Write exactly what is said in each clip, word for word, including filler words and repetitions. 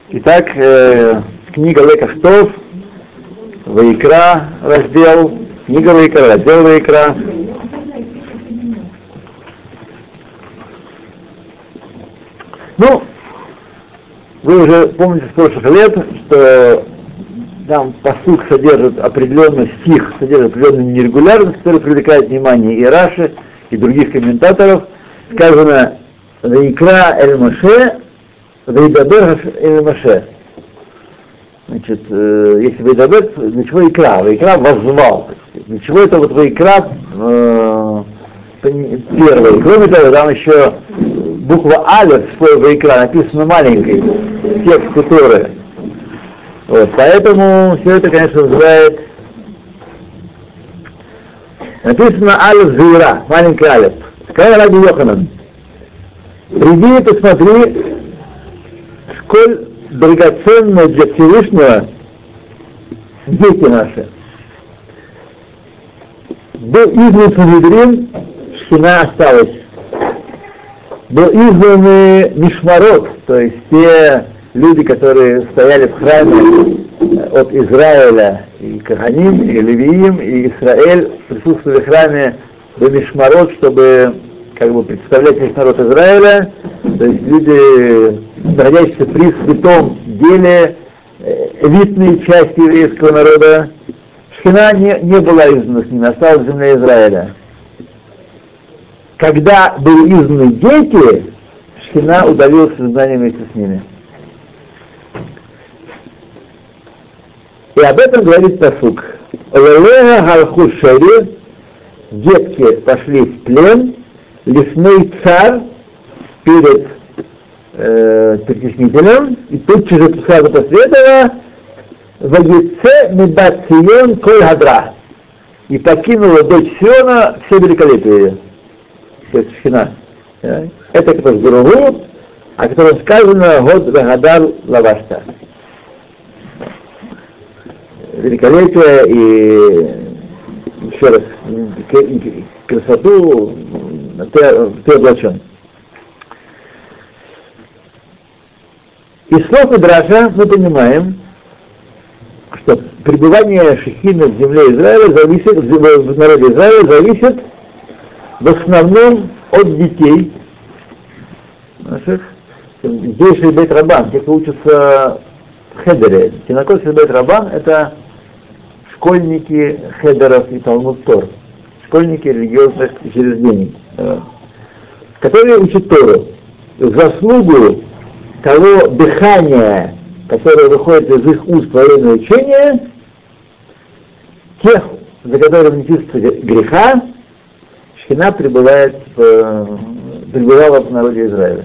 Итак, э, книга Лекахтов, Ваикра, раздел, книга Ваикра, раздел Ваикра. Ну, вы уже помните с прошлых лет, что там пасук содержит определенный стих, содержит определенную нерегулярность, которая привлекает внимание и Раши, и других комментаторов. Сказано «Ваикра эль-Моше», «Вейдабер эль-Моше». Значит, э, если «Вейдабер», для чего «Икра»? «Ваикра» воззвал. Для чего это вот «Ваикра» э, первый? Кроме того, там еще буква «Алеф» в слове «Ваикра» написана маленькой, текст который. Вот, поэтому все это, конечно, называет... Написано «Алеф Зуира», маленький «Алеф». Сказал Раби Йоханан: приди и посмотри, сколь драгоценны для Всевышнего дети наши. Был изгнан Санхедрин, Шхина осталась. Был изгнан Мишмарот, то есть те люди, которые стояли в храме от Израиля, и Каханим, и Левиим, и Израиль присутствовали в храме до Мишмарот, чтобы как бы представлять весь народ Израиля, то есть люди, находящиеся при святом деле, элитные части еврейского народа. Шхина не, не была изгнана с ними, осталась в земле Израиля. Когда были изгнаны дети, Шхина удалилась из изгнания вместе с ними. И об этом говорит пасук. Лелега галху шери, детки пошли в плен, лесной царь перед э, притеснителем, и тут же сразу после этого «Ваеце мибат Сион коль гадра», и покинула дочь Сиона все великолепие ее. То есть Шхина. Это как в Гуру, о котором сказано «Год вагадар лавашта». Великолепие и, еще раз, красоту ты, ты облачен. Из слов Мидраша мы понимаем, что пребывание Шехины в земле Израиля зависит, в народе Израиля зависит в основном от детей наших. Здесь же Бейт Рабан, те, кто учатся в Хедере. Те, на курсе Бейт Рабан, это школьники Хедеров и Талмуд Тор, школьники религиозных учреждений, которые учат Тору. В заслугу того дыхания, которое выходит из их уст во время учения, тех, за которым несется греха, Шхина пребывает в, пребывала в народе Израиля.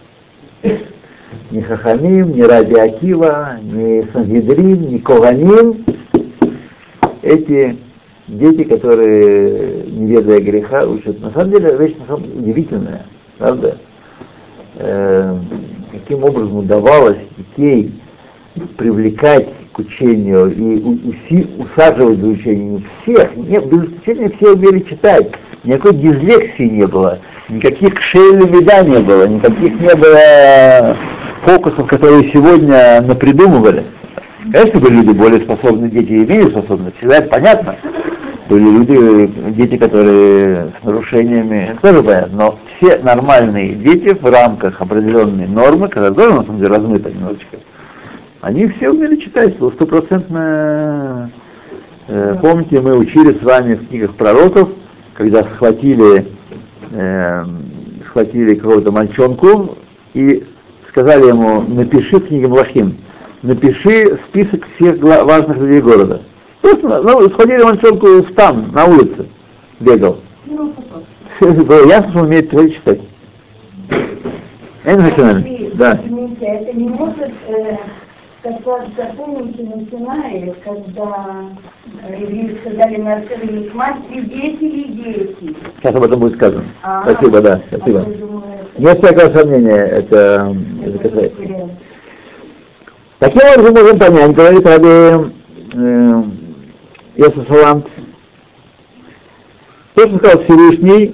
Ни Хахамим, ни Раби Акива, ни Санхедрин, ни Коганим, эти дети, которые, не ведая греха, учат. На самом деле, вещь на самом деле удивительная, правда? Э, каким образом удавалось детей привлекать к учению и уси, усаживать за учение. Не всех, нет, без исключения все умели читать, никакой дислексии не было, никаких шейлевида не было, никаких не было фокусов, которые сегодня напридумывали. Конечно, были люди более способные, дети имели способность, всегда это понятно. Были люди, дети, которые с нарушениями, это тоже понятно, но все нормальные дети в рамках определенной нормы, которая тоже на самом деле размыта немножечко, они все умели читать, стопроцентно. Э, помните, мы учили с вами в книгах пророков, когда схватили, э, схватили какого-то мальчонку и сказали ему: напиши в книге Млахим, напиши список всех важных людей города. Просто, ну, схватили мальчонку в стан, на улице, бегал. Было ясно, что он умеет читать. Это, да. Это не может э, законники начинали, когда евреи сказали на Арцеве, мать, свидетели, дети. Сейчас об этом будет сказано. А, спасибо, да, спасибо. А нет всякого сомнения, это, это касается. Таким образом можем понять, говорит Раби э, Йосеф Салант, то, что сказал Всевышний: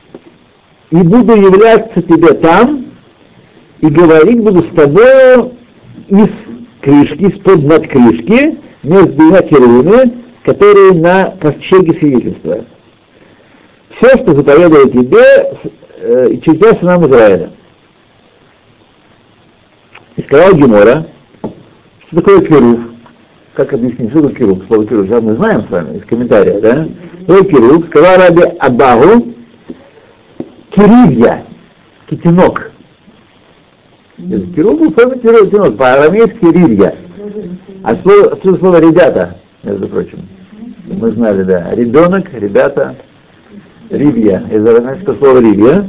и буду являться тебе там, и говорить буду с тобою из крышки, из-под надкрышки, между двумя керувимами, которые на ковчеге свидетельства. Все, что заповедовал тебе, э, через тебя сынам Израиля. И сказал Гемора, что такое керув? Как объяснить, что такое керув? Слово керув, сейчас мы знаем с вами из комментария, да? Что такое керув? Сказал раби Абагу, киривья, китинок. Керув был форме китинок, по-арамейски ривья. А слово, отсюда слово ребята, между прочим. Мы знали, да. Ребенок, ребята, ривья. Из арамейского слова ривья.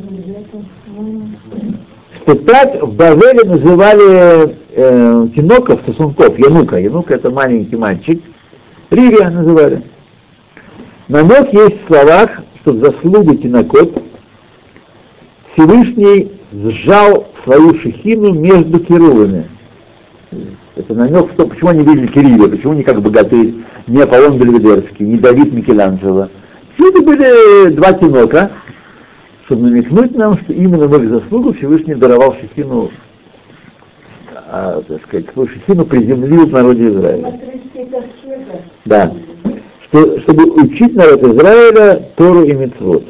Что так в Бавеле называли э, тиноков, сосунков, янука. Янука это маленький мальчик. Ривья называли. Намек есть в словах, что в заслугу тинокот Всевышний сжал свою шехину между керувами. Это намек, что почему они видели Кирилла, почему не как богатырь, не Аполлон Бельведерский, не Давид Микеланджело. Все это были два тинока, чтобы намекнуть нам, что именно в их заслугу Всевышний даровал шехину, а, так сказать, свою шехину приземлил в народе Израиля. Да. Что, чтобы учить народ Израиля Тору и мицвот.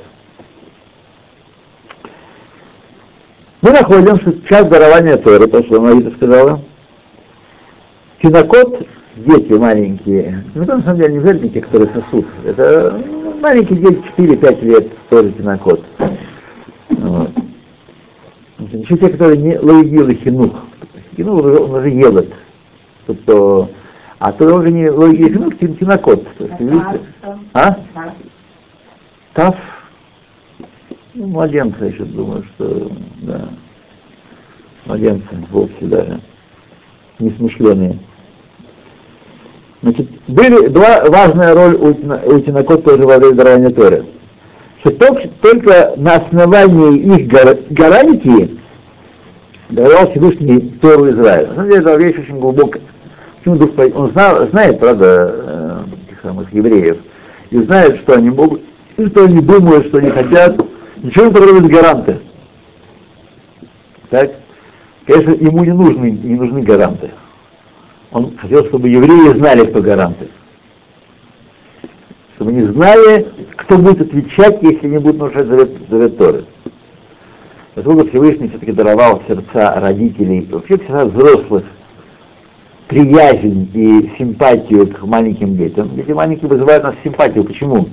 Мы находим, что час дарования Торы, то, что Мария сказала, тинокот, дети маленькие, ну, на самом деле, не обязательно те, которые сосут, это маленькие дети, четыре-пять лет, тоже тинокот. Вот. Еще те, которые не лоегил и хинух, хинух он, он уже ел это, то, а то уже не лоегил и хинух, тинокот. А? Тав? Ну, младенцы, я еще думаю, что, да, младенцы вовсе даже, несмышленые. Значит, были два важная роль у, у тинокот тоже во время дарования Торы. Что только, только на основании их гар, гарантии даровал Всевышний Тору Израиля. На самом деле, это вещь очень глубокая. Почему Дух, он знал, знает, правда, этих самых евреев, и знает, что они могут, и что они думают, что они хотят. Ничего не потребуют гаранты. Так? Конечно, ему не нужны, не нужны гаранты. Он хотел, чтобы евреи знали, кто гаранты. Чтобы они знали, кто будет отвечать, если не будут нарушать завет, завет Торы. Поскольку Всевышний все-таки даровал сердца родителей, вообще всегда взрослых, приязнь и симпатию к маленьким детям. Дети маленькие вызывают у нас симпатию. Почему?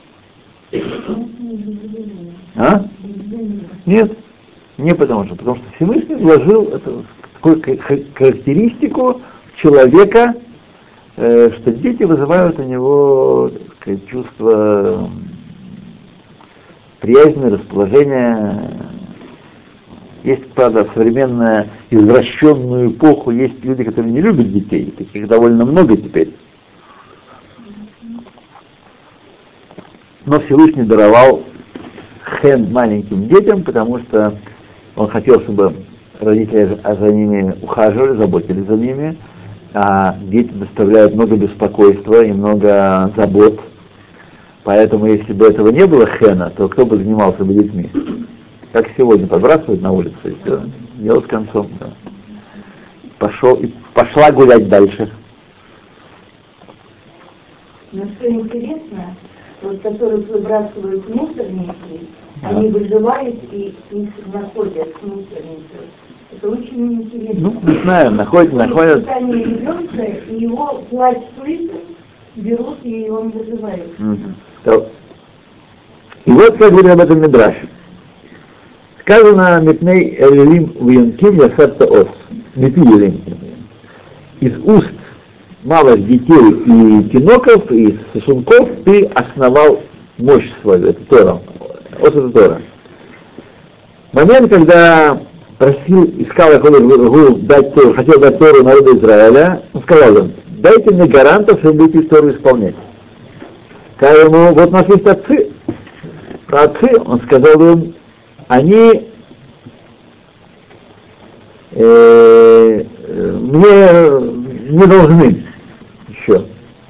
А? Нет, не потому что, потому что Всевышний вложил эту такую характеристику человека, э, что дети вызывают у него, так сказать, чувство приязни, расположения. Есть, правда, в современную извращенную эпоху есть люди, которые не любят детей, таких довольно много теперь. Но Всевышний даровал хен маленьким детям, потому что он хотел, чтобы родители за ними ухаживали, заботились за ними, а дети доставляют много беспокойства и много забот. Поэтому, если бы этого не было хена, то кто бы занимался бы детьми? Как сегодня, подбрасывают на улице, и все, дело с концом. Да. Пошел, и пошла гулять дальше. Но что интересно, вот которых выбрасывают мусорники, да. Они выживают и их находят мусорники. Это очень интересно. Ну, не знаю, находят, находят. Они ребенка, и его плащ слышат, берут, и он выживает. Mm-hmm. И вот как говорит об этом Мидраш. Сказано «Митней элилим вьюнким ясатта ос». Митни элилим. Из уст малых детей и тиноков, и сосунков ты основал мощь свою, это Тора. Вот это Тора. Момент, когда просил, искал Яков дать Тору, хотел дать Тору народу Израиля, он сказал им, дайте мне гарантов, что вы будете Тору исполнять. Сказал ему, вот у нас есть отцы. Про отцы он сказал им, они э, мне не должны еще.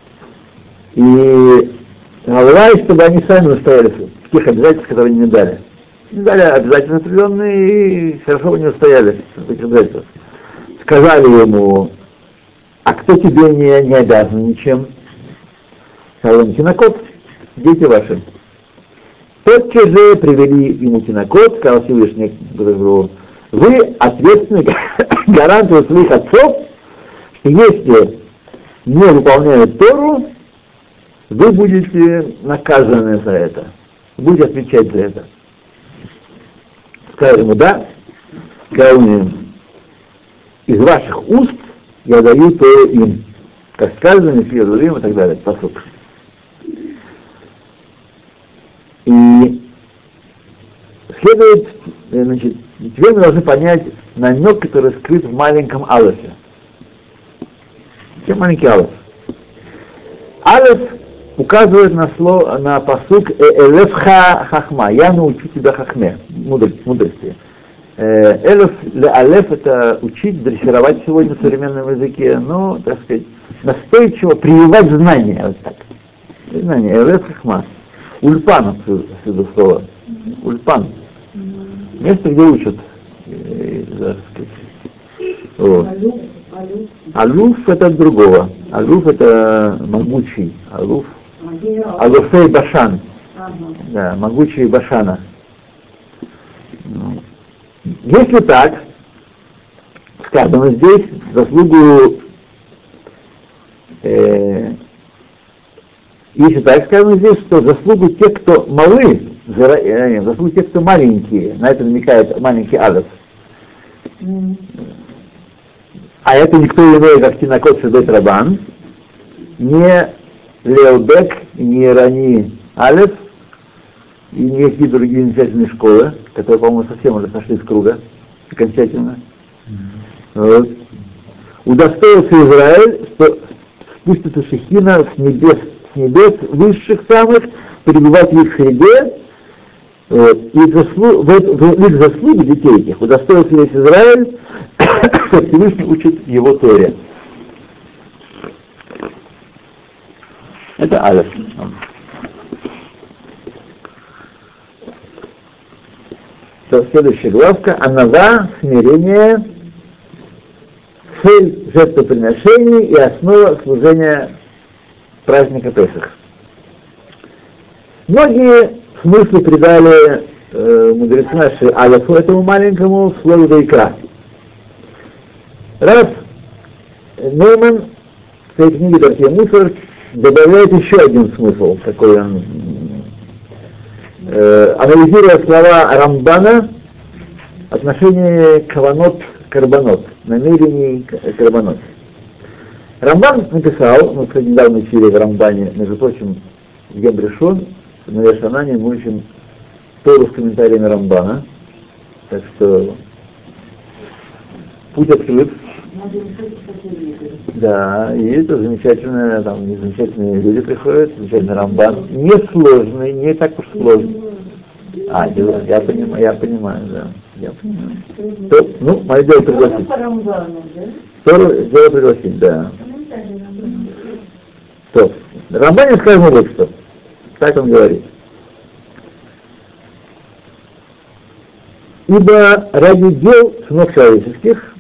И говорили, чтобы они сами настояли в тех обязательствах, которые они не дали. Не дали обязательства определенные и хорошо бы не устояли в этих обязательствах. сказали ему: а кто тебе не, не обязан ничем? Сказал им: тинокот, дети ваши. Тотчас же привели ему тинокот, сказал Всевышний: вы ответственны гаранты своих отцов, что если не выполняют Тору, вы будете наказаны за это, будете отвечать за это. Сказал ему: да. Сказал ему: из ваших уст я даю то им, как сказано, если я даю и так далее. Послушай. И следует, значит, теперь мы должны понять намек, который скрыт в маленьком алефе. Чем маленький алеф? Алеф указывает на слово, на пасук элефха хахма. Я научу тебя хахме, мудрости. Элеф для алеф — это учить, дрессировать сегодня в современном языке, ну, так сказать, настойчиво прививать знания, вот так. Знания, элеф хахма. Ульпан, отсюда слово. Ульпан. Место, где учат. Вот. Алуф — это от другого. Алуф — это могучий. Алуф. Алуфей Башан. Да, могучий Башана. Если так, сказано здесь, заслугу, э, если так сказано здесь, что заслугу тех, кто малы, э, заслугу тех, кто маленькие, на это намекает маленький Алеф. Mm. А это никто иной, как Тинокот Шедет Рабан, не Леобек, не Рани Алеф, и никакие другие замечательные школы, которые, по-моему, совсем уже сошли с круга, окончательно. Mm-hmm. Вот. Удостоился Израиль, что спустится Шехина с небес, с небес высших самых, перебывать в их среде, вот. И заслу, в, в, в их заслугу детей этих удостоился весь Израиль, что Всевышний учит его Торе. Это Алеф. Следующая главка. Анава, смирение, цель жертвоприношений и основа служения праздника Песах. Многие смыслы придали э, мудрецы наши Алефу, этому маленькому, в слове Вайкра. Рав Нейман в своей книге «Даркей Мусор» добавляет еще один смысл, такой он, э, анализируя слова Рамбана, отношение каванот карбонот, намерений карбонот. Рамбан написал, мы, кстати, недавно учили в Рамбане, между прочим, в Йом Ришон, на Вешанане мы учим Тору с комментариями Рамбана, так что путь открыт. Да, и это замечательно, там замечательные люди приходят, замечательный Рамбан, не сложный, не так уж сложный. А, я, я понимаю, я понимаю, да, я понимаю. То, ну, мое дело пригласить. Тору дело пригласить, да. То, в Рамбане сказано вот что. Так он говорит. Ибо ради дел сынов человеческих,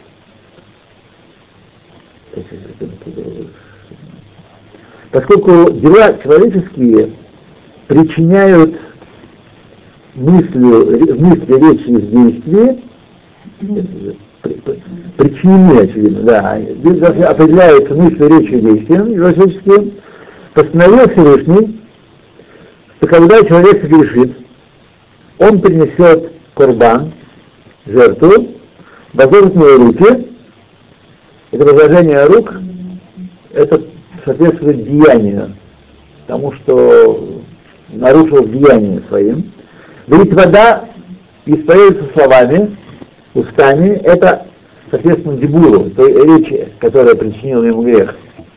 поскольку дела человеческие причиняют мыслью, мысли, речи и действия, причинены, очевидно, да, определяются мысли, речи и действия человеческие, постановил Всевышний, что когда человек согрешит, он принесет корбан, жертву, возложит на его руки. Это возложение рук, это соответствует деянию, тому, что нарушил деяние своим. Ведь вода исповедуется словами, устами, это, соответственно, дебуру, той речи, которая причинила ему грех.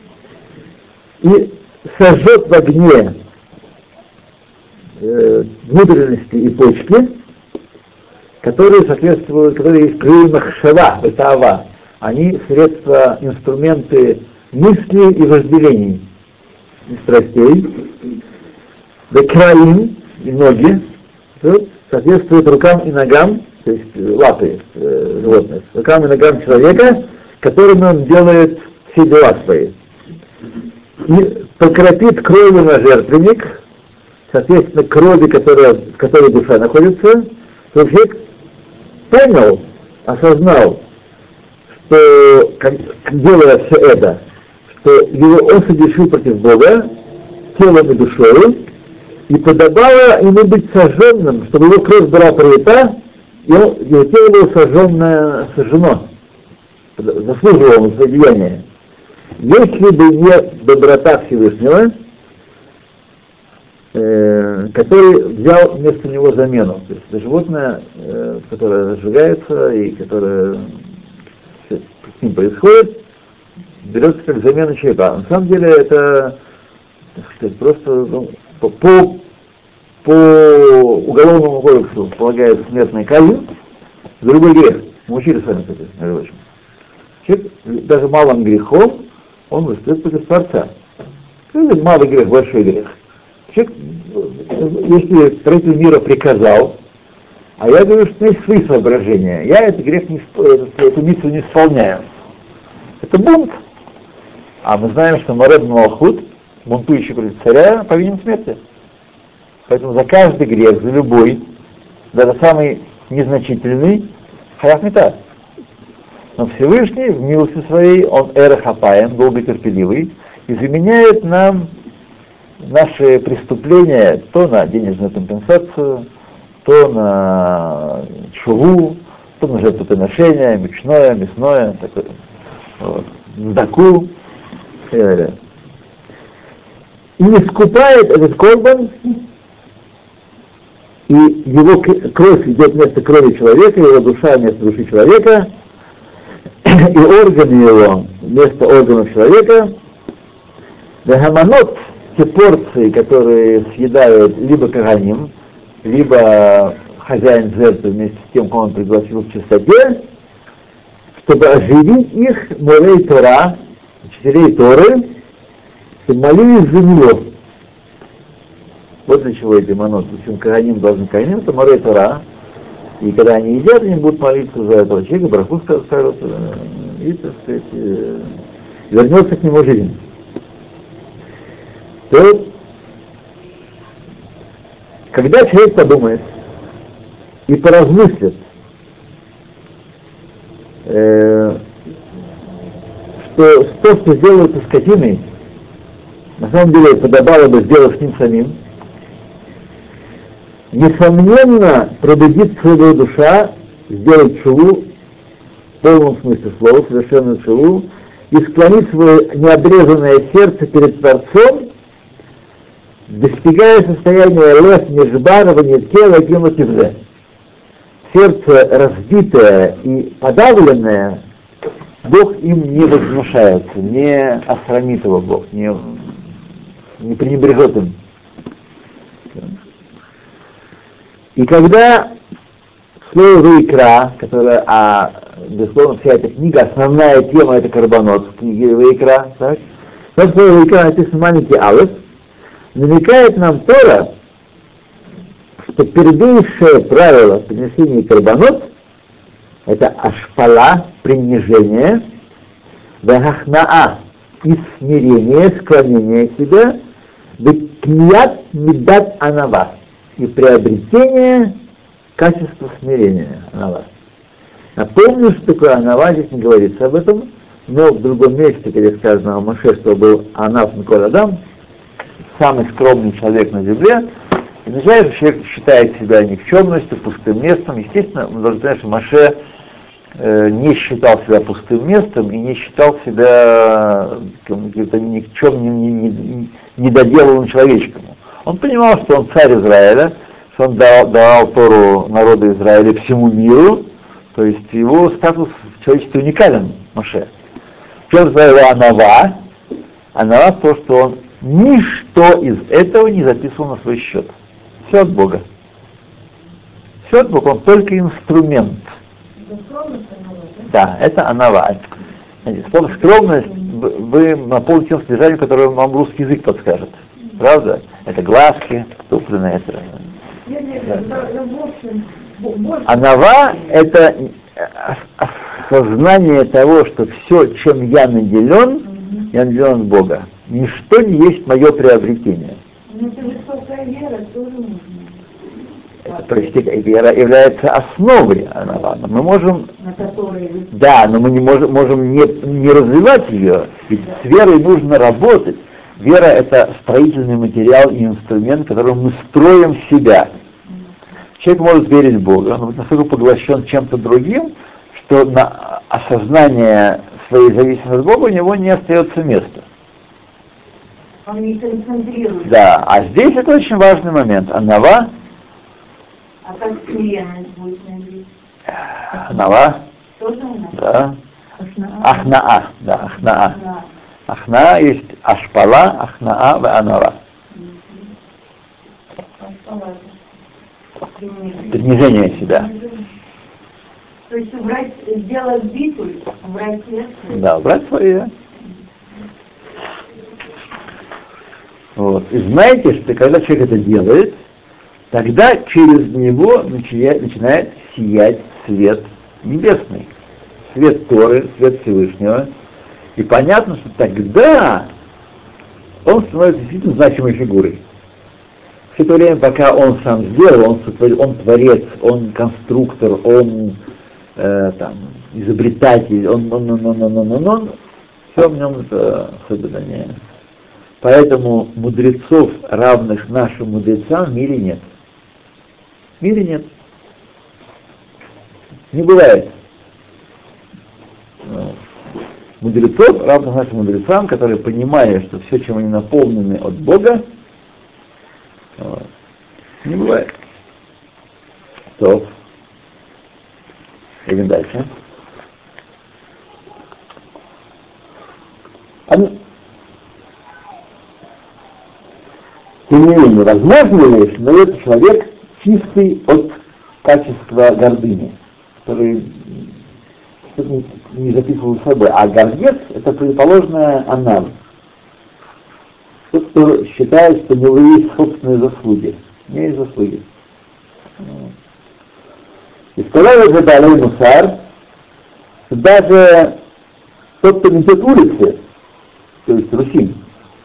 И сожжет в огне э, внутренности и почки, которые соответствуют, которые есть крыльях шава, бетава. Они средства, инструменты мысли и вожделений, и страстей. Бекраим и ноги соответствуют рукам и ногам, то есть лапы э, животных, руками и ногами человека, которыми он делает все дела свои. И покропит кровью на жертвенник, соответственно, крови, которая, в которой душа находится, то человек понял, осознал, что, как, делая все это, что его он совершил против Бога, телом и душой, и подобало ему быть сожженным, чтобы его кровь была пролита, и он, его тело было сожженное, сожжено, заслуживало он свои деяния. Если бы не доброта Всевышнего, э, который взял вместо него замену, то есть это животное, э, которое сжигается и которое с ним происходит, берется как замена человека. На самом деле это, так сказать, просто ну, по, по, по уголовному кодексу полагается смертная казнь за любой грех. Мы учили с вами, кстати, между прочим. Человек даже малым грехом он выступает против Творца. Это малый грех, большой грех. Человек, если правитель мира приказал, а я говорю, что есть свои соображения, я этот грех, не, эту миссию не исполняю. Это бунт. А мы знаем, что Моред Малхут, бунтующий против царя, повинен в смерти. Поэтому за каждый грех, за любой, даже самый незначительный, хаяв митат. Но Всевышний в милости своей, он эрахапаем, долготерпеливый, и заменяет нам наши преступления то на денежную компенсацию, то на шуву, то на жертвоприношение, мучное, мясное, такое, вот, сдаку и так далее. И искупает этот корбан, и его кровь идет вместо крови человека, его душа вместо души человека, и органы его вместо органов человека, вегаманот, те порции, которые съедают либо каганим, либо хозяин жертвы вместе с тем, кого он пригласил в чистоте, чтобы оживить их морей Тора, учителей Торы, и молились за него. Вот для чего эти манот. Причем каганим должен каганим, это морей Тора. И когда они едят, они будут молиться за этого человека, браху скажут, и, так сказать, вернется к нему жизнь. То, когда человек подумает и поразмыслит, э, что то, что сделают со скотиной, на самом деле подобало бы сделать с ним самим, несомненно, пробудит своего душа, сделать шуву, в полном смысле слова, совершенную шуву, и склонить свое необрезанное сердце перед Творцом, достигая состояния лев нежбарова неткела гемотивзе. Сердце разбитое и подавленное, Бог им не возмущается, не осрамит его Бог, не, не пренебрежет им. И когда слово Ваикра, которое, а, безусловно, вся эта книга, основная тема это карбонот в книге Ваикра, так? То слово Ваикра написано маленький алеф, намекает нам Тора, что первейшее правило принесения карбонот это ашпала, принижение, вахахнаа, и смирение, склонение себя, бекният мидат анава, и приобретение качества смирения анава. Напомню, что такое анава, здесь не говорится об этом, но в другом месте, где сказано о Моше, что был анав Миколь Адам, самый скромный человек на земле, означает, что человек считает себя никчемностью, пустым местом. Естественно, мы должны знать, что Моше э, не считал себя пустым местом и не считал себя каким-то никчемным, недоделанным человечком. Он понимал, что он царь Израиля, что он дал, давал Тору народу Израиля всему миру, то есть его статус в человечестве уникален, Моше. В чем его анава? Анава то, что он ничто из этого не записывал на свой счет. Все от Бога. Все от Бога, он только инструмент. Да, это анава. Слово скромность вы наполните тем содержанием, которое вам русский язык подскажет. Правда? Это глазки, туфли на это. Нет, нет, да. в общем, Анава — это осознание того, что все, чем я наделен, я наделен от Бога. Ничто не есть мое приобретение. Но это высокая вера тоже нужна. Это, простите, вера является основой Анава. Но мы можем... На которой вы... Да, но мы не можем, можем не, не развивать ее, ведь с верой нужно работать. Вера — это строительный материал и инструмент, которым мы строим себя. Человек может верить в Бога, но настолько поглощен чем-то другим, что на осознание своей зависимости от Бога у него не остается места. Он не концентрируется. Да, а здесь это очень важный момент. Анава. А как смиренность будет на иврите? Анава. Тоже она? Да. Ахнаа. Ахнаа. Да, ахнаа. Да. Ахнаа есть ашпала, ахнаа и анава. Принижение себя. То есть убрать, сделать битуль, убрать сердце. Да, убрать свое. Вот. И знаете, что когда человек это делает, тогда через него начинает, начинает сиять свет небесный, свет Торы, свет Всевышнего. И понятно, что тогда он становится действительно значимой фигурой. Все это время, пока он сам сделал, он, сотворил, он творец, он конструктор, он э, там, изобретатель, он, он, он, он, он, он, он, он, все в нем это особенно не... Поэтому мудрецов, равных нашим мудрецам, в мире нет. В мире нет. Не бывает. Мудрецов, равных нашим мудрецам, которые, понимая, что все, чем они наполнены от Бога, вот, не бывает. То. Идем дальше. Тем не менее, возможно ли, что этот человек чистый от качества гордыни, который не записывал с собой, а гордец — это противоположное анав. Тот, кто считает, что у него есть собственные заслуги. У него есть заслуги. И сказал же Балей Мусар, что даже тот, кто несет улицы, то есть Русин,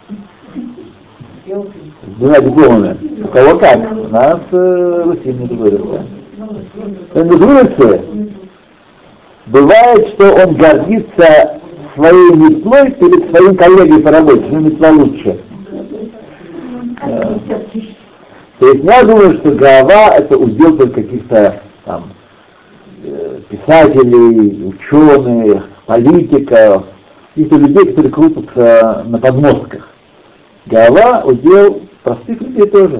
с двумя дипломами, у кого как, у нас э, Русин не говорится. Он несет улицы, бывает, что он гордится своей метлой перед своим коллегой по работе, что метла лучше. То есть я думаю, что голова — это удел только каких-то там писателей, ученых, политиков, каких-то людей, которые крутятся на подмостках. Голова — удел простых людей тоже.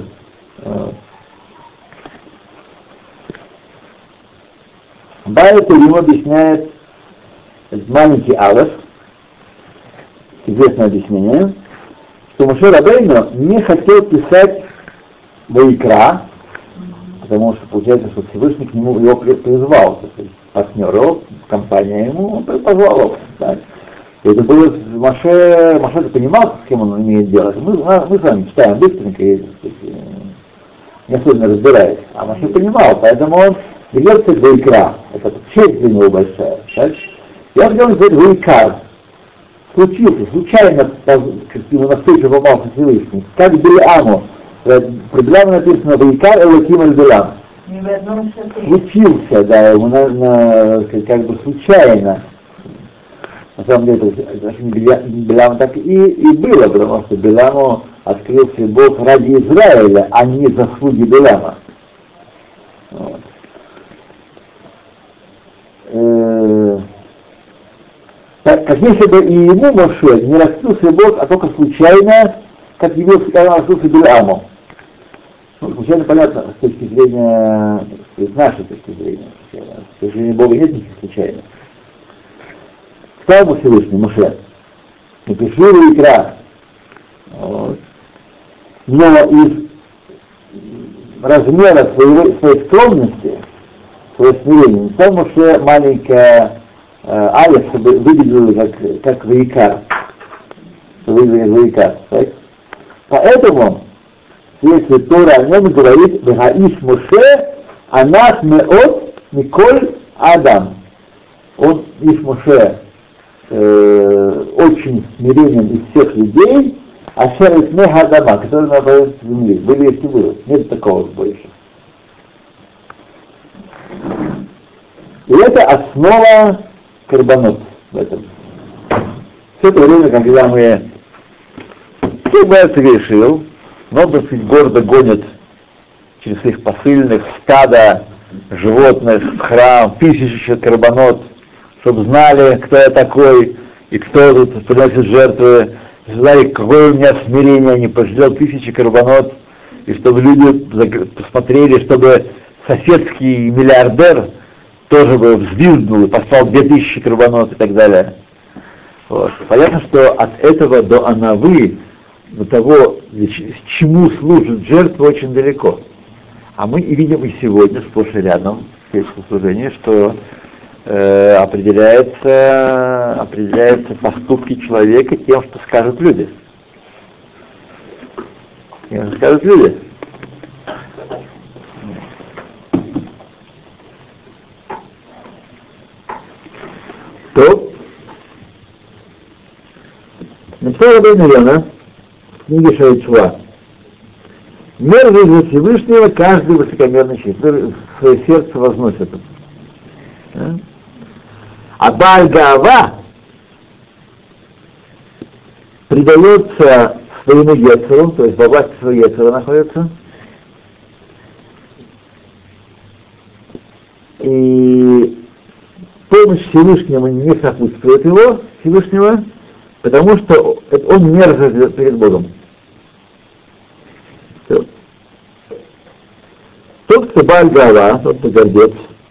Байт ему объясняет маленький алеф, известное объяснение, что Моше Рабейну не хотел писать Ваикра, потому что получается, что Всевышний к нему его призвал, то есть партнер его, компания ему, он позвал его. Да. И это было, Моше, Моше понимал, с кем он имеет дело. Мы, мы с вами читаем быстренько, и, не особенно разбираясь, а Моше понимал, поэтому он велел писать Ваикра, это честь для него большая. Так? Я хотел сказать Ваикар. Случился, случайно ему навстречу попался Всевышний, как Биляму. Про Билама написано «Ваикар Элоким аль-Билам». Случился, да, ему на, на, как бы случайно. На самом деле, это Билам так и, и было, потому что Биламу открылся Бог ради Израиля, а не заслуги Билама. Вот. Как если бы и ему, Моше, не раскрылся Бог, а только случайно, как явился, когда он раскрылся Биламу. Ну, случайно понятно, с точки зрения, с нашей точки зрения, с точки зрения Бога нет никаких случайных. Сказал Всевышний Моше, напиши Ваикра. Вот. Но из размера своего, своей скромности, своего смирения, не стал Моше маленькая Алеф, чтобы выглядело как, как Ваикар. Выглядело как Ваикар. Так? Поэтому, если Тора о нем говорит «Вагаиш Моше Анат меот Николь Адам. Он, из Моше, э, очень смиренен из всех людей, а шерит меха Адама, который находится в земле. Были есть и было. Нет такого больше. И это основа карбонот в этом. Все это время, когда мы все бывает грешил, много гордо гонят через своих посыльных стада животных в храм, тысячи карбонот, чтобы знали, кто я такой и кто тут приносит жертвы, знали, какое у меня смирение, они пожалел тысячи карбонот, и чтобы люди посмотрели, чтобы соседский миллиардер тоже бы взвизгнул и послал две тысячи карбонот и так далее. Вот. Понятно, что от этого до анавы, до того, чему служит жертва, очень далеко. А мы и видим и сегодня, сплошь и рядом, в сельском служении, что э, определяется, определяются поступки человека тем, что скажут люди. Тем, что скажут люди. То написал Рабейну Йона в книге Шаичва: мерзость за Всевышнего каждый высокомерный человек, который в свое сердце возносит. А Бааль Гаава предается своему Ецеру, то есть во власти своего Ецера находится, и помощь Всевышнему не сопутствует его, Всевышнего, потому что он мерзость перед Богом. Все. Тот, кто Бааль Гаава, тот, кто гордец,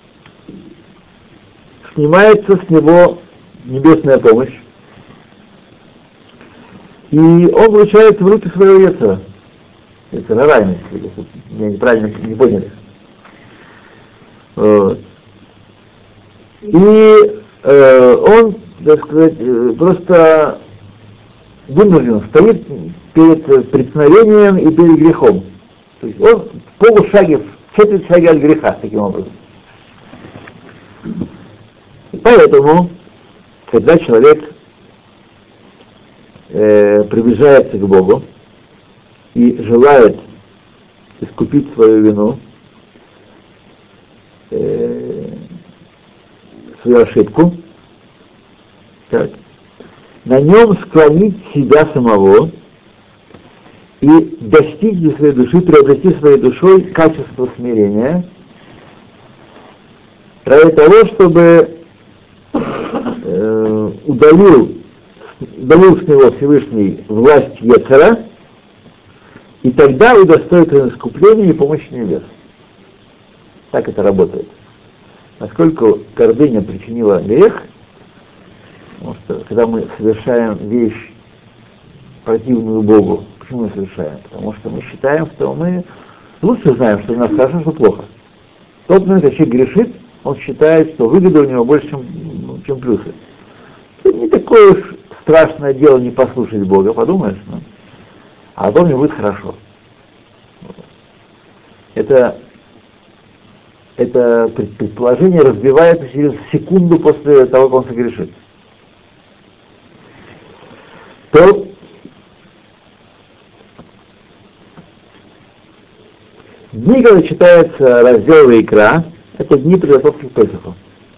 снимается с него небесная помощь, и он получает в руки своего Ецера. Ецера райность, если меня неправильно не поняли. Вот. И э, он, так сказать, просто вынужден, стоит перед преткновением и перед грехом. То есть он в полушаге, в четверть шага от греха, таким образом. И поэтому, когда человек э, приближается к Богу и желает искупить свою вину, э, свою ошибку, так, на нем склонить себя самого и достичь для своей души, приобрести своей душой качество смирения, ради того, чтобы э, удалил, удалил с него Всевышний власть Ецера, и тогда удостоится искупления и помощи небес. Так это работает. Насколько гордыня причинила грех, потому что когда мы совершаем вещь противную Богу, почему мы совершаем? Потому что мы считаем, что мы лучше знаем, что у нас хорошо, что плохо. В тот момент, когда человек грешит, он считает, что выгода у него больше, чем, чем плюсы. Это не такое уж страшное дело не послушать Бога, подумаешь, ну? А потом мне будет хорошо. Это Это предположение разбивается через секунду после того, как он согрешит. То дни, когда читается раздел Ваикра, это дни приготовки к Песаху.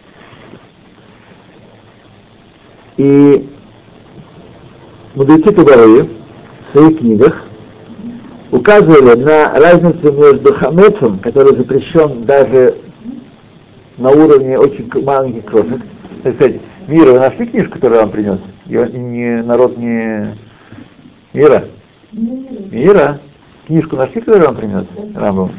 И мудрецы Кабалы в своих книгах указывали на разницу между хамецом, который запрещен даже на уровне очень маленьких крошек. Кстати, Мира, вы нашли книжку, которую я вам принес? Ее не, народ не... Мира? Мира? Книжку нашли, которую я вам принес? Рамбам.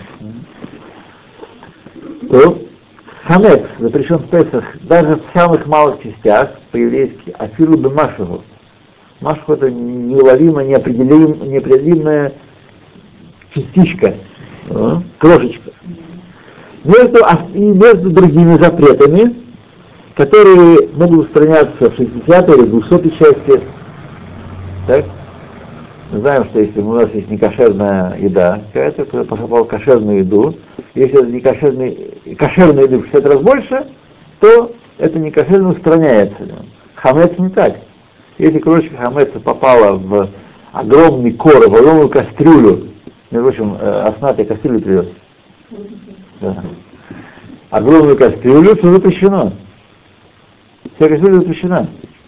То хамец запрещен в Песах даже в самых малых частях, по-еврейски, афилу бы машеву. Машеву — это неуловимая, неопределим, неопределимая частичка, э, крошечка. Между, и между другими запретами, которые могут устраняться в шестидесятой или двухсотой части, так, Мы знаем, что если у нас есть некошерная еда, какая-то, кто попал в кошерную еду, если это некошерная, кошерная еда в шестьдесят раз больше, то это некошерно устраняется. Хамец не так. Если крошечка хамеца попала в огромный короб, в огромную кастрюлю, между прочим, Аснат и кастрюлю привез. Да. Огромную кастрюлю, все запрещено. Вся кастрюля запрещена.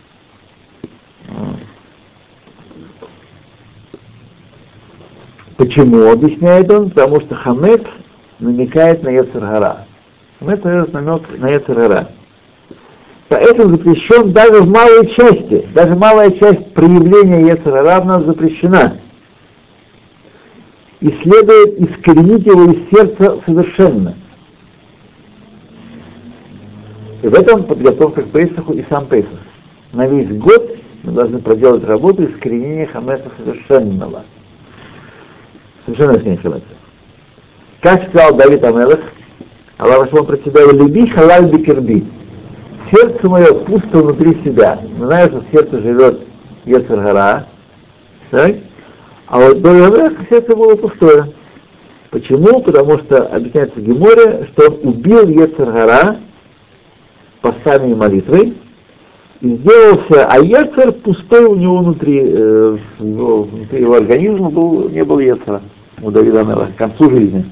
Почему, объясняет он? Потому что хамец намекает на Йецер гара. Хамец намек на Йецер гара. Поэтому запрещен даже в малой части. Даже малая часть проявления Йецер гара у нас запрещена. И следует искоренить его из сердца совершенно. И в этом подготовка к Пейсаху и сам Пейсах. На весь год мы должны проделать работу искоренения хамеца совершенного. Совершенно искоренения хамеца. Как сказал Давид Амелах, Аллах Ашем про себя: «Люби халаль бикерби». Сердце мое пусто внутри себя. Мы знаем, что в сердце живет Йецер гара, так? А вот до Амелаха сердце было пустое. Почему? Потому что объясняется в Геморе, что он убил Йецер гара постами и молитвой, и сделался, а Йецер пустой у него внутри, э, его, внутри его организма был, не было Йецера у Давида Амелаха к концу жизни.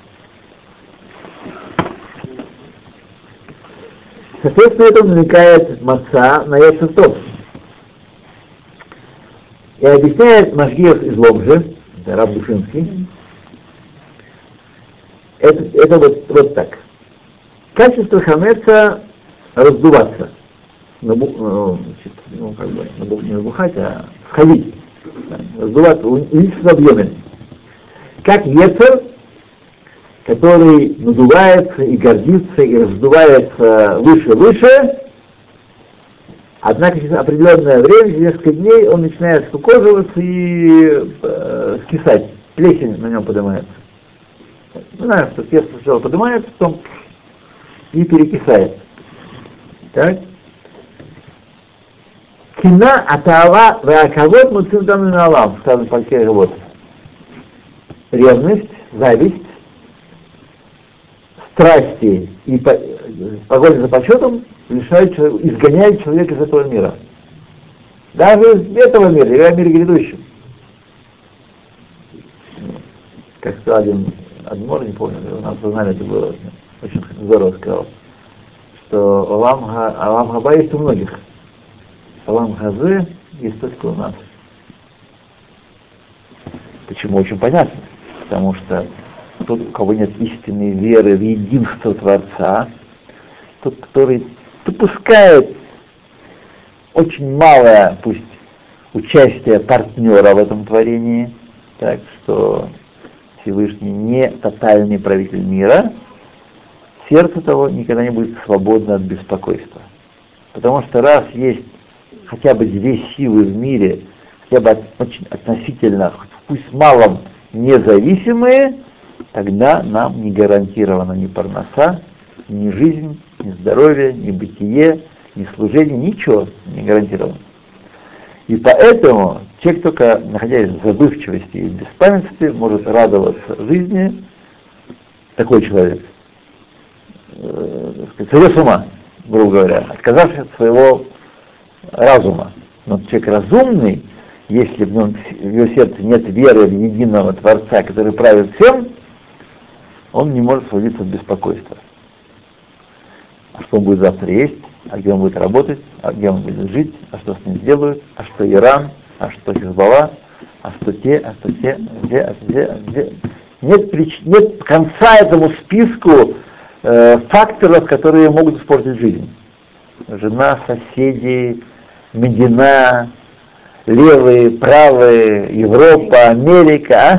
Соответственно, это намекает маца на Йецер тов. И объясняет Машгиах из Ломжи, это раб Душинский, это, это вот, вот так. Качество хамеца раздуваться, набу, значит, ну, как бы, набу, не набухать, а входить, раздуваться, увеличиться в объеме. Как Йецер, который надувается и гордится, и раздувается выше и выше, однако через определенное время, через несколько дней, он начинает скукоживаться и э, скисать, плесень на нем поднимается. Мы знаем, что тесто сначала поднимается, потом и перекисает. Так? Кина атава веакавод муцим там на алам, сказано в Пальке Гавот. Ревность, зависть, страсти и погоня за почетом лишают человека, изгоняют человека из этого мира. Даже из этого мира, и в мире грядущем. Как сказал один адмор, не помню, у нас в знали, это было очень здорово сказал, что Алам Хаба есть у многих. Алам Хазе есть только у нас. Почему? Очень понятно. Потому что тот, у кого нет истинной веры в единство Творца, тот, который допускает очень малое, пусть, участие партнера в этом творении, так что Всевышний не тотальный правитель мира, сердце того никогда не будет свободно от беспокойства. Потому что раз есть хотя бы две силы в мире, хотя бы от, очень относительно, пусть малом, независимые, тогда нам не гарантирована ни парноса, ни жизнь, ни здоровье, ни бытие, ни служение, ничего не гарантировано. И поэтому человек, только находясь в забывчивости и в беспамятстве, может радоваться жизни, такой человек, э, сойдет с ума, грубо говоря, отказавшись от своего разума. Но человек разумный, если в, нем, в его сердце нет веры в единого Творца, который правит всем, он не может освободиться от беспокойства. А что он будет завтра есть, а где он будет работать, а где он будет жить, а что с ним сделают, а что Иран, а что Хизбалла, а что те, а что те, где, а где, а где. Нет, прич... нет конца этому списку э, факторов, которые могут испортить жизнь. Жена, соседи, Медина, левые, правые, Европа, Америка, а?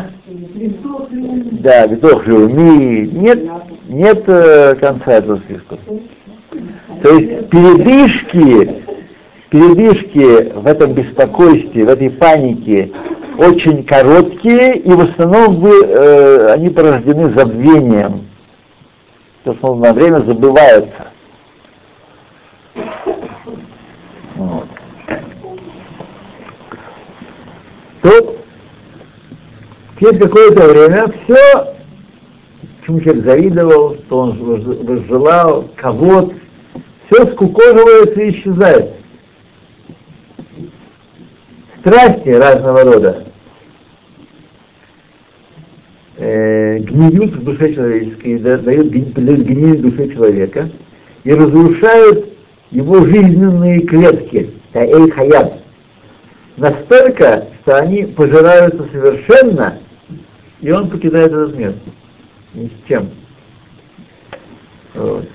Да, Битох Леуми. Нет, нет э, конца этого списка. То есть передышки, передышки в этом беспокойстве, в этой панике очень короткие, и в основном вы, э, они порождены забвением. То, что на время забывается. Вот. Тут Через какое-то время все, чему человек завидовал, что он возжелал, кого-то, все скукоживается и исчезает. Страсти разного рода э, гниют в душе человеческой, дают, придают гниль в душе человека и разрушают его жизненные клетки, таэй хаяб, настолько, что они пожираются совершенно, и он покидает этот мир. Ни с чем. Вот.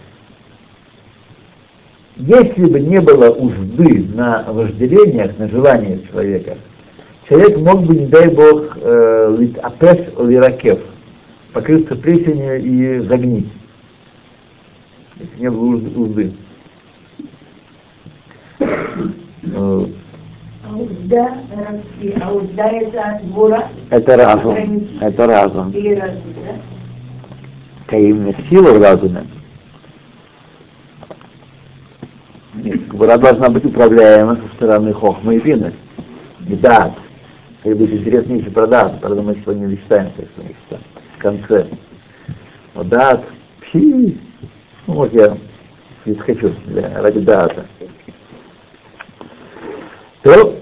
Если бы не было узды на вожделениях, на желаниях человека, человек мог бы, не дай Бог, апеш лиракев, покрыться плесенью и загнить, если не было узды. Вот. А узда, а узда это гора? Это разум. Это разум. Или разум, да? Именно сила в разуме. Гора должна быть управляема со стороны хохмы и бины. И дат. И будет интересно еще про дат. Правда, мы сегодня не читаем в конце. Но дат, пи, ну, может, я если хочу, да, ради дата. То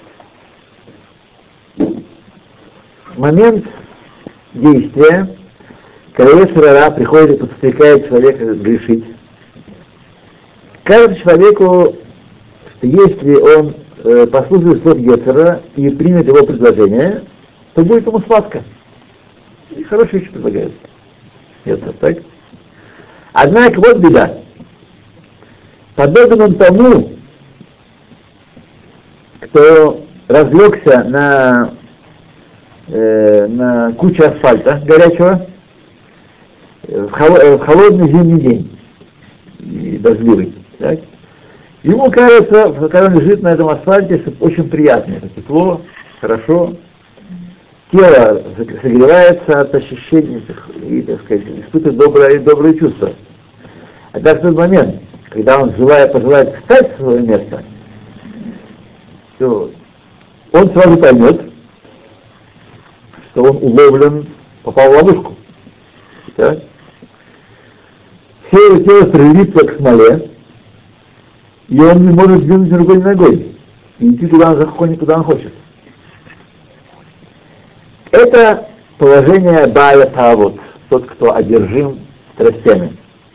момент действия, когда Ецер-ара приходит и подстрекает человека грешить, кажется человеку, что если он э, послушает слов Ецер-ара и примет его предложение, то будет ему сладко. И хорошие вещи предлагают. Ецер, так? Однако вот беда. Подобен он тому, кто разлегся на, э, на куче асфальта горячего в, холо, в холодный зимний день, и дождливый. Так? Ему кажется, когда он лежит на этом асфальте, что очень приятно, это тепло, хорошо, тело согревается от ощущений и, так сказать, испытывает добрые, добрые чувства. А так в тот момент, когда он желая, пожелает встать в свое место, то он сразу поймет, что он уловлен, попал в ловушку. Так? Все его тело прилипло к смоле, и он не может двинуть другой ногой и идти туда, куда он хочет. Это положение Бааля Таавот, тот, кто одержим страстями.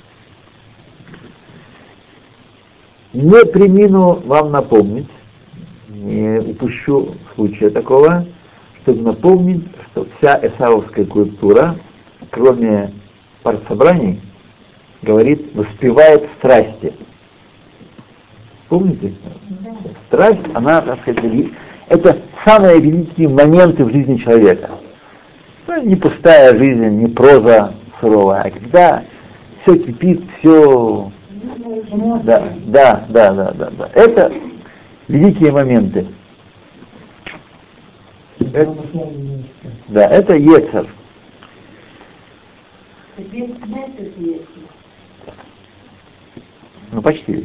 Не премину вам напомнить, не упущу случая такого, чтобы напомнить, что вся эсавовская культура, кроме партсобраний, говорит, воспевает страсти. Помните? Да. Страсть, она, так сказать, это самые великие моменты в жизни человека. Ну, не пустая жизнь, не проза суровая, а когда все кипит, все... Да, да, да, да, да, да. Это великие моменты. Это, да, это Ецер. Ну, почти.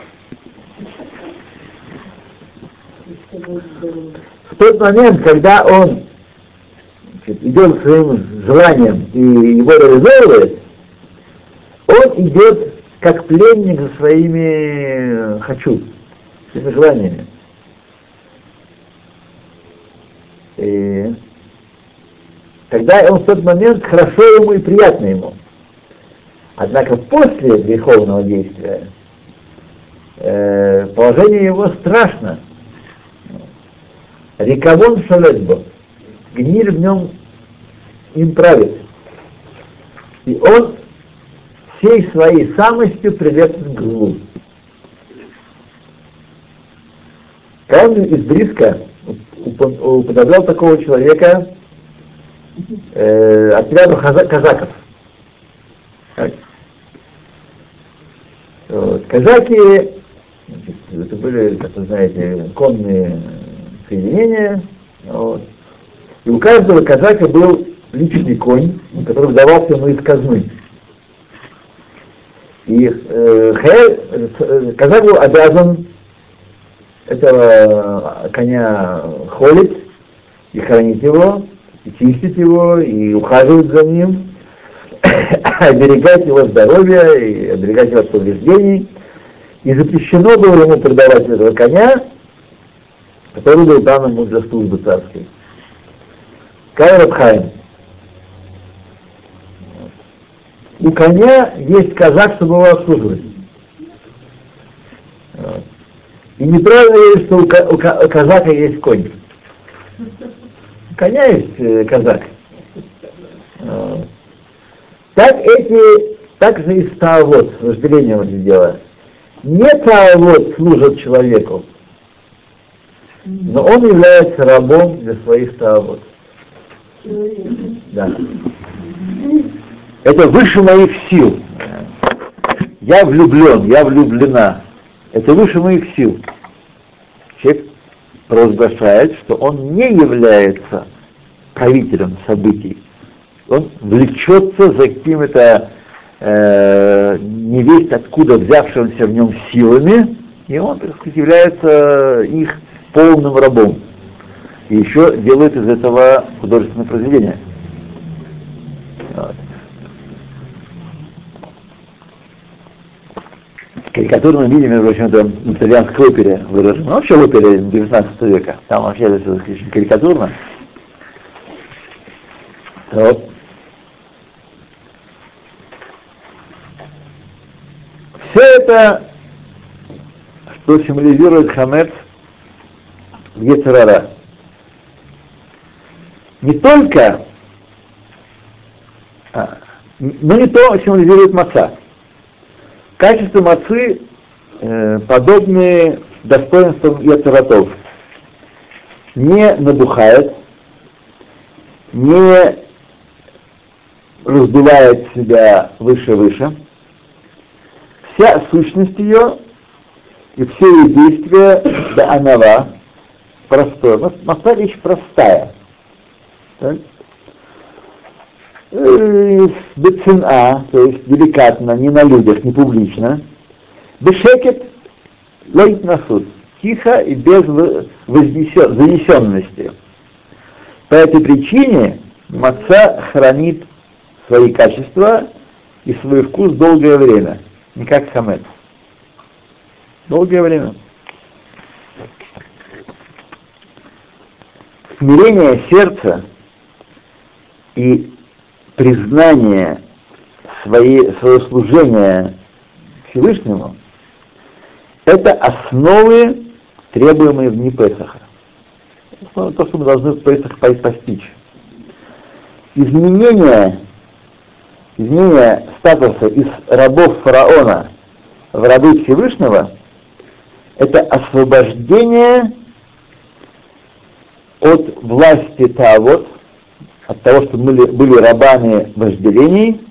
В тот момент, когда он, значит, идет своим желанием и его реализовывает, он идет как пленник за своими хочу, своими желаниями. И тогда он в тот момент хорошо ему и приятно ему. Однако после греховного действия э, положение его страшно. Рикавон шалетбо, гниль в нем им правит. И он всей своей самостью привержен к злу. Когда он из близко уподоблял такого человека э, отряду казаков. Так. Вот. Казаки, значит, это были, как вы знаете, конные соединения. Вот. И у каждого казака был личный конь, который давался ему из казны. И э, э, казак был обязан этого коня холить и хранить его, и чистить его, и ухаживать за ним, оберегать его здоровье, и оберегать его от повреждений. И запрещено было ему продавать этого коня, который был дан ему для службы царской. Кай Рав Хаим. У коня есть казак, чтобы его обслуживать. И неправильно есть, что у, у, у казака есть конь. У коня есть э, казак. Так эти, так же и таавот, с вожделением это дело. Не таавот служат человеку, но он является рабом для своих таавот. Да. Это выше моих сил. Я влюблен, я влюблена. Это выше моих сил. Человек провозглашает, что он не является правителем событий. Он влечется за какими-то э, невесть откуда взявшимся в нем силами, и он, так сказать, является их полным рабом. И еще делает из этого художественное произведение. Вот. Карикатурном виде, между прочим, это в итальянской опере выражено. Ну, вообще в опере девятнадцатого века. Там вообще это очень карикатурно. Вот. Все это, что символизирует хамец, йецер ара. Не только, а, но не то символизирует маца. Качества мацы э, подобны достоинствам йецер-атов. Не набухает, не раздувает себя выше-выше. Вся сущность ее и все ее действия, да анава, простое. Маца вещь простая. Бецина, то есть деликатно, не на людях, не публично. Бешекет, лоит на суд, тихо и без вознесен, занесенности. По этой причине маца хранит свои качества и свой вкус долгое время, не как хамец. Долгое время. Смирение сердца и признание своей, своего служения Всевышнему — это основы, требуемые в дни Песаха. То, что мы должны в Песах постичь. Изменение, изменение статуса из рабов фараона в рабы Всевышнего — это освобождение от власти таавот, от того, что мы были рабами вожделений,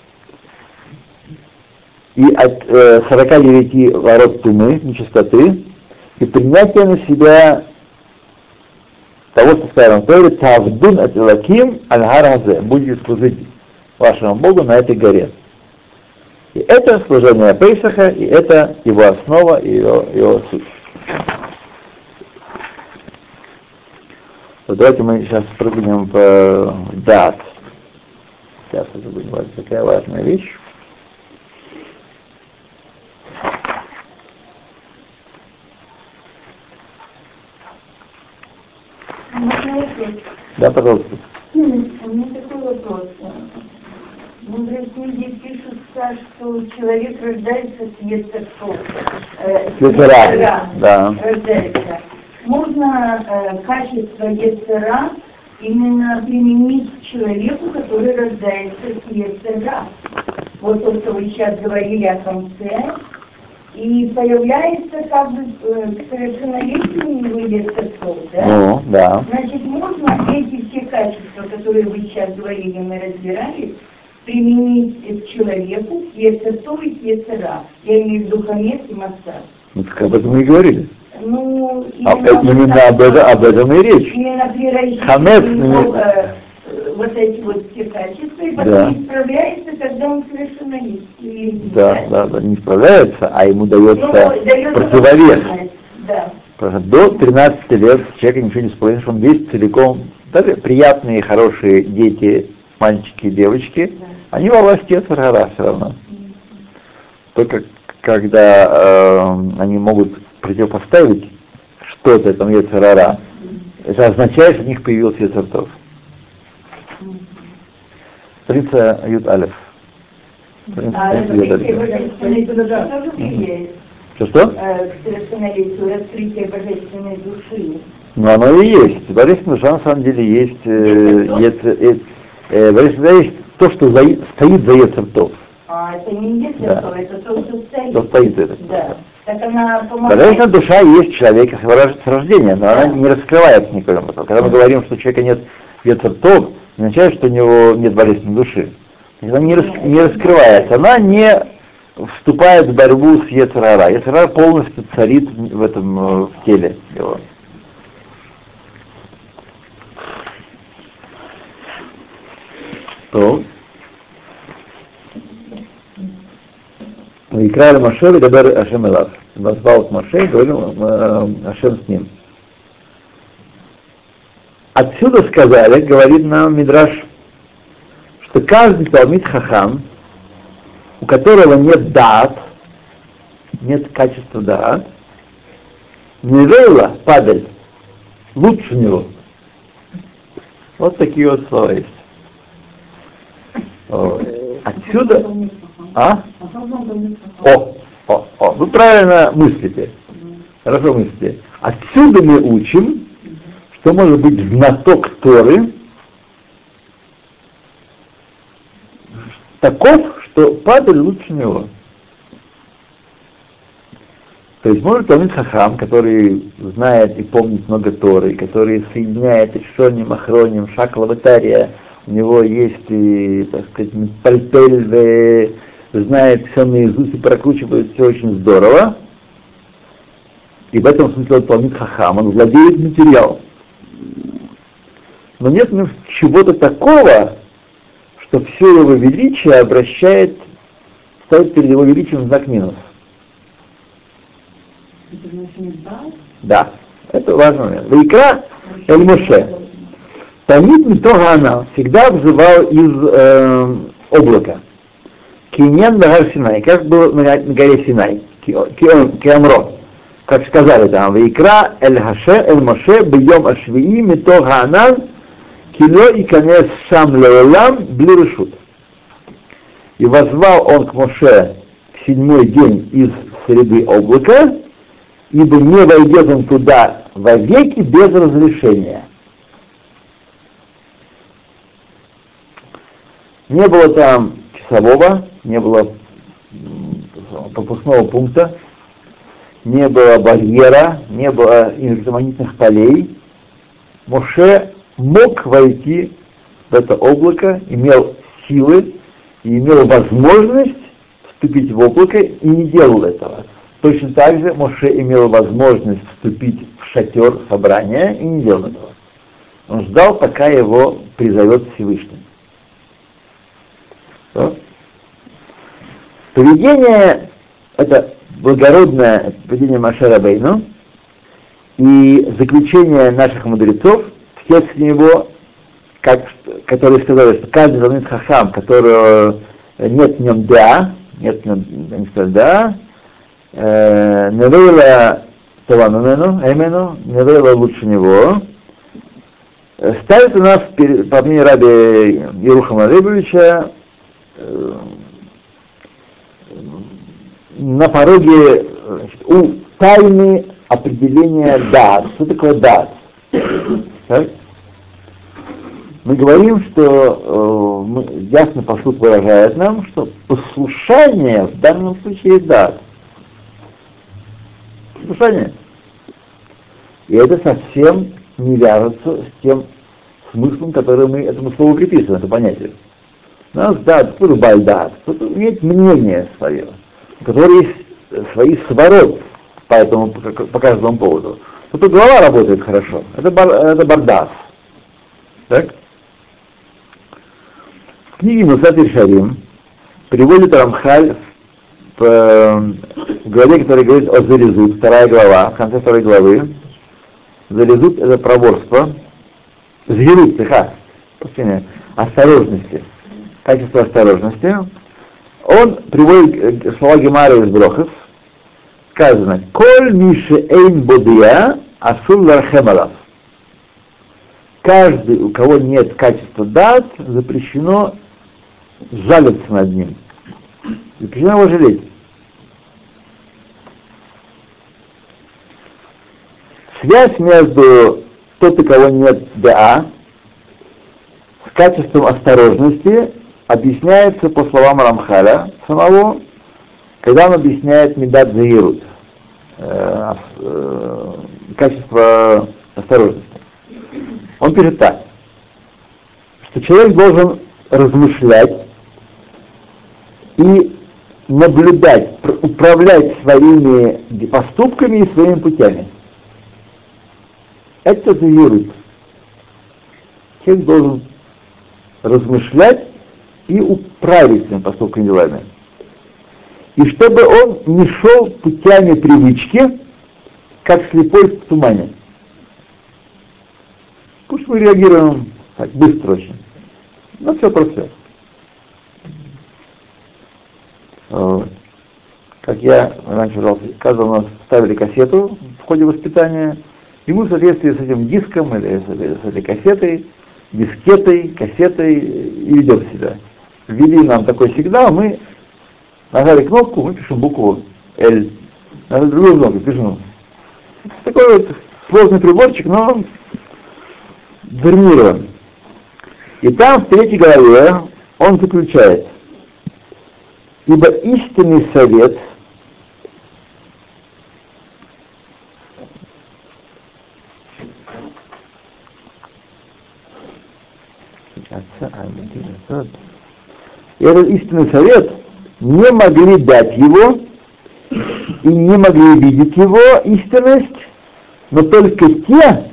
и от э, сорока девяти ворот тумы, нечистоты, и принятие на себя того, что сказано в Торе, «Тавдун ат элоким аль-гар-хазе», «Будете служить вашему Богу на этой горе». И это служение Пейсаха, и это его основа, и его, его суть. Вот давайте мы сейчас прыгнем в дат. Сейчас это будет такая важная вещь. Да, пожалуйста. У меня такой вопрос. В мудрой книге пишется, что человек рождается с ецер-тов. Ецер-ра, да. Рождается. Можно э, качество ецер-ра именно применить к человеку, который рождается с ецер-ра. Вот то, что вы сейчас говорили о конце. И появляется как бы э, к совершеннолетию его ецер-тов, да? Ну, да. Значит, можно эти все качества, которые вы сейчас говорили, мы разбирали, применить к человеку, к ецер-тов и к ецер-ра. Я имею в виду хамец и маца. Ну, так об этом мы и говорили. Ну, а, именно об, этом, об этом и речь. Именно превращение хамец, его, э, вот эти вот все качества, и потом да. исправляется, когда он совершеннолетний. Да, да, да, не справляется, а ему дается, ну, дается противовес. Да. До тринадцати лет человека ничего не справляется, он весь целиком Даже приятные, хорошие дети, мальчики и девочки, да. Они во власти Ецер-гара все равно. Только когда э, они могут противопоставить что-то этому Ецер-гара, это означает, что у них появился Ецер-тов. Страница Юд Алеф. А раскрытие божественной души тоже влияет? Что-что? Раскрытие божественной души. Ну, оно и есть. Божественная душа на самом деле есть, э, ецер, э, э, божественная есть то, что за, стоит за Ецер-тов. А, это не Ецер-тов, да. Это то, что стоит. Что стоит это. Да. Так она помогает. Божественная душа есть человек с рождения, но да. Она не раскрывается никоим образом. Когда мы говорим, что у человека нет Ецер-тов, не означает, что у него нет божественной души. Она не, рас, не раскрывается, она не вступает в борьбу с Ецер-гара. Ецер-гар полностью царит в этом в теле его. То. Икра Моше вегадер Ашем элав. Возвал к Моше и говорил Ашем с ним. Отсюда сказали, говорит нам Мидраш, что каждый талмид хахам, у которого нет даат, нет качества даат, невейла, падаль, лучше него. Вот такие вот слова есть. О, отсюда... А? О, о, о, вы правильно мыслите. Хорошо мыслите. Отсюда мы учим, что может быть знаток Торы таков, что падаль лучше него. То есть может талмид хахам, который знает и помнит много Торы, который соединяет решоним, ахроним, шакла, ватария, у него есть, и, так сказать, пальпель, знает все наизусть и прокручивает все очень здорово. И в этом смысле он талмид хахам, он владеет материалом. Но нет чего-то такого, что все его величие обращает, ставит перед его величием знак минус. Да, это важный момент. Вайкра эль Моше. Тамид митога она всегда взывал из э, облака. Киньян Багар Синай, как было на горе Синай, Киамро, как сказали там, Вайкра эль Хаше эль Моше бьем ашвии митога анан кило и конец сам леолам блирешут. И возвал он к Моше в седьмой день из среды облака, ибо не войдет он туда вовеки без разрешения. Не было там часового, не было пропускного пункта, не было барьера, не было электромагнитных полей. Моше мог войти в это облако, имел силы и имел возможность вступить в облако и не делал этого. Точно так же Моше имел возможность вступить в шатер собрания и не делал этого. Он ждал, пока его призовет Всевышний. Что? Поведение, это благородное поведение Моше Рабейну, и заключение наших мудрецов в тексте него, как, которые сказали, что каждый талмид хахам, которого нет в нем да, нет в нем, они сказали да, невейла таламену, эмену, невейла лучше него, ставит у нас, по мнению раби Ерухама Лейбовича, на пороге, значит, у тайны определения дат. Что такое дат? Так? Мы говорим, что э, мы, ясно посуд выражает нам, что послушание в данном случае дат. Послушание. И это совсем не вяжется с тем смыслом, который мы этому слову приписываем, это понятие. У нас дат, кто-то бальдат, кто-то имеет мнение свое, у которого есть свои сворот по этому, по, по каждому поводу. Кто-то голова работает хорошо, это, бар, это бардас. Так? В книге Мусат Ишарим приводит Рамхаль в, в главе, которая говорит о Зарезут, вторая глава, в конце второй главы. Зарезут — это проворство, згерут, тиха, осторожности, качество осторожности, он приводит слова Гемара из Брохов, сказано, «Коль миши эйн бодия, асур лархем алав». Каждый, у кого нет качества дат, запрещено жалиться над ним. Запрещено его жалеть. Связь между тот, у кого нет ДА, с качеством осторожности объясняется по словам Рамхаля самого, когда он объясняет Мидат Заирут, э, э, качество осторожности. Он пишет так, что человек должен размышлять и наблюдать, управлять своими поступками и своими путями. Это заирут. Человек должен размышлять и управить своими поступками и делами. И чтобы он не шел путями привычки, как слепой в тумане. Пусть мы реагируем так, быстро очень. Но все процесс. Как я раньше рассказывал, у нас ставили кассету в ходе воспитания, и мы в соответствии с этим диском или с этой кассетой, дискетой, кассетой и ведем себя. Ввели нам такой сигнал, мы нажали кнопку, мы пишем букву L. Нажали другую кнопку, пишем. Такой вот сложный приборчик, но он гарнирован. И там в третьей главе он заключает: ибо истинный совет и этот истинный совет не могли дать его и не могли видеть его истинность, но только те,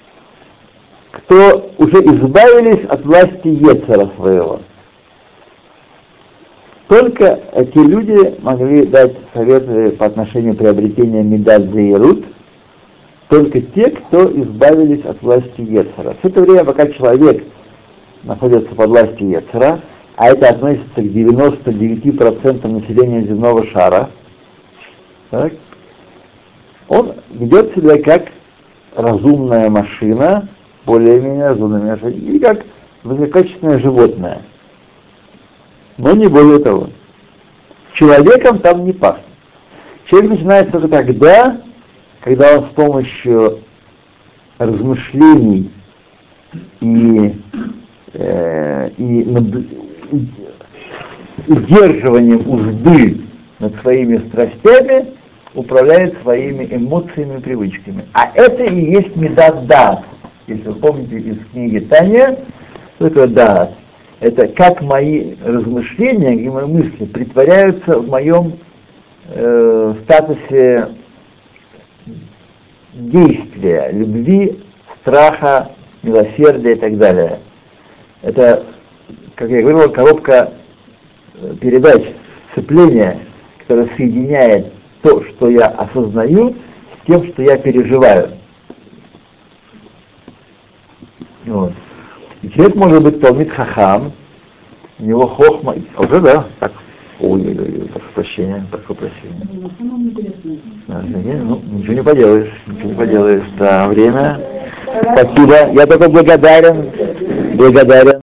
кто уже избавились от власти Ецера своего. Только эти люди могли дать советы по отношению приобретения Мидат Заирут, только те, кто избавились от власти Ецера. В это время, пока человек находится под властью Ецера, а это относится к девяноста девяти процентам населения земного шара, так, он ведет себя как разумная машина, более-менее разумная машина, или как высококачественное животное. Но не более того. Человеком там не пахнет. Человек начинается только тогда, когда он с помощью размышлений и, э, и над, удерживанием узды над своими страстями управляет своими эмоциями и привычками. А это и есть Мидат Даат. Если вы помните из книги Таня, что такое Даат? Это как мои размышления и мои мысли притворяются в моем э, статусе действия, любви, страха, милосердия и так далее. Это, как я говорил, коробка передач, сцепления, которая соединяет то, что я осознаю, с тем, что я переживаю. Вот. И человек может быть талмид хахам, у него хохма, а уже да, так, ой-ой-ой, прошу прощения, прошу прощения. Да, ну, ничего не поделаешь, ничего не поделаешь, да, время. Спасибо, я только благодарен, благодарен.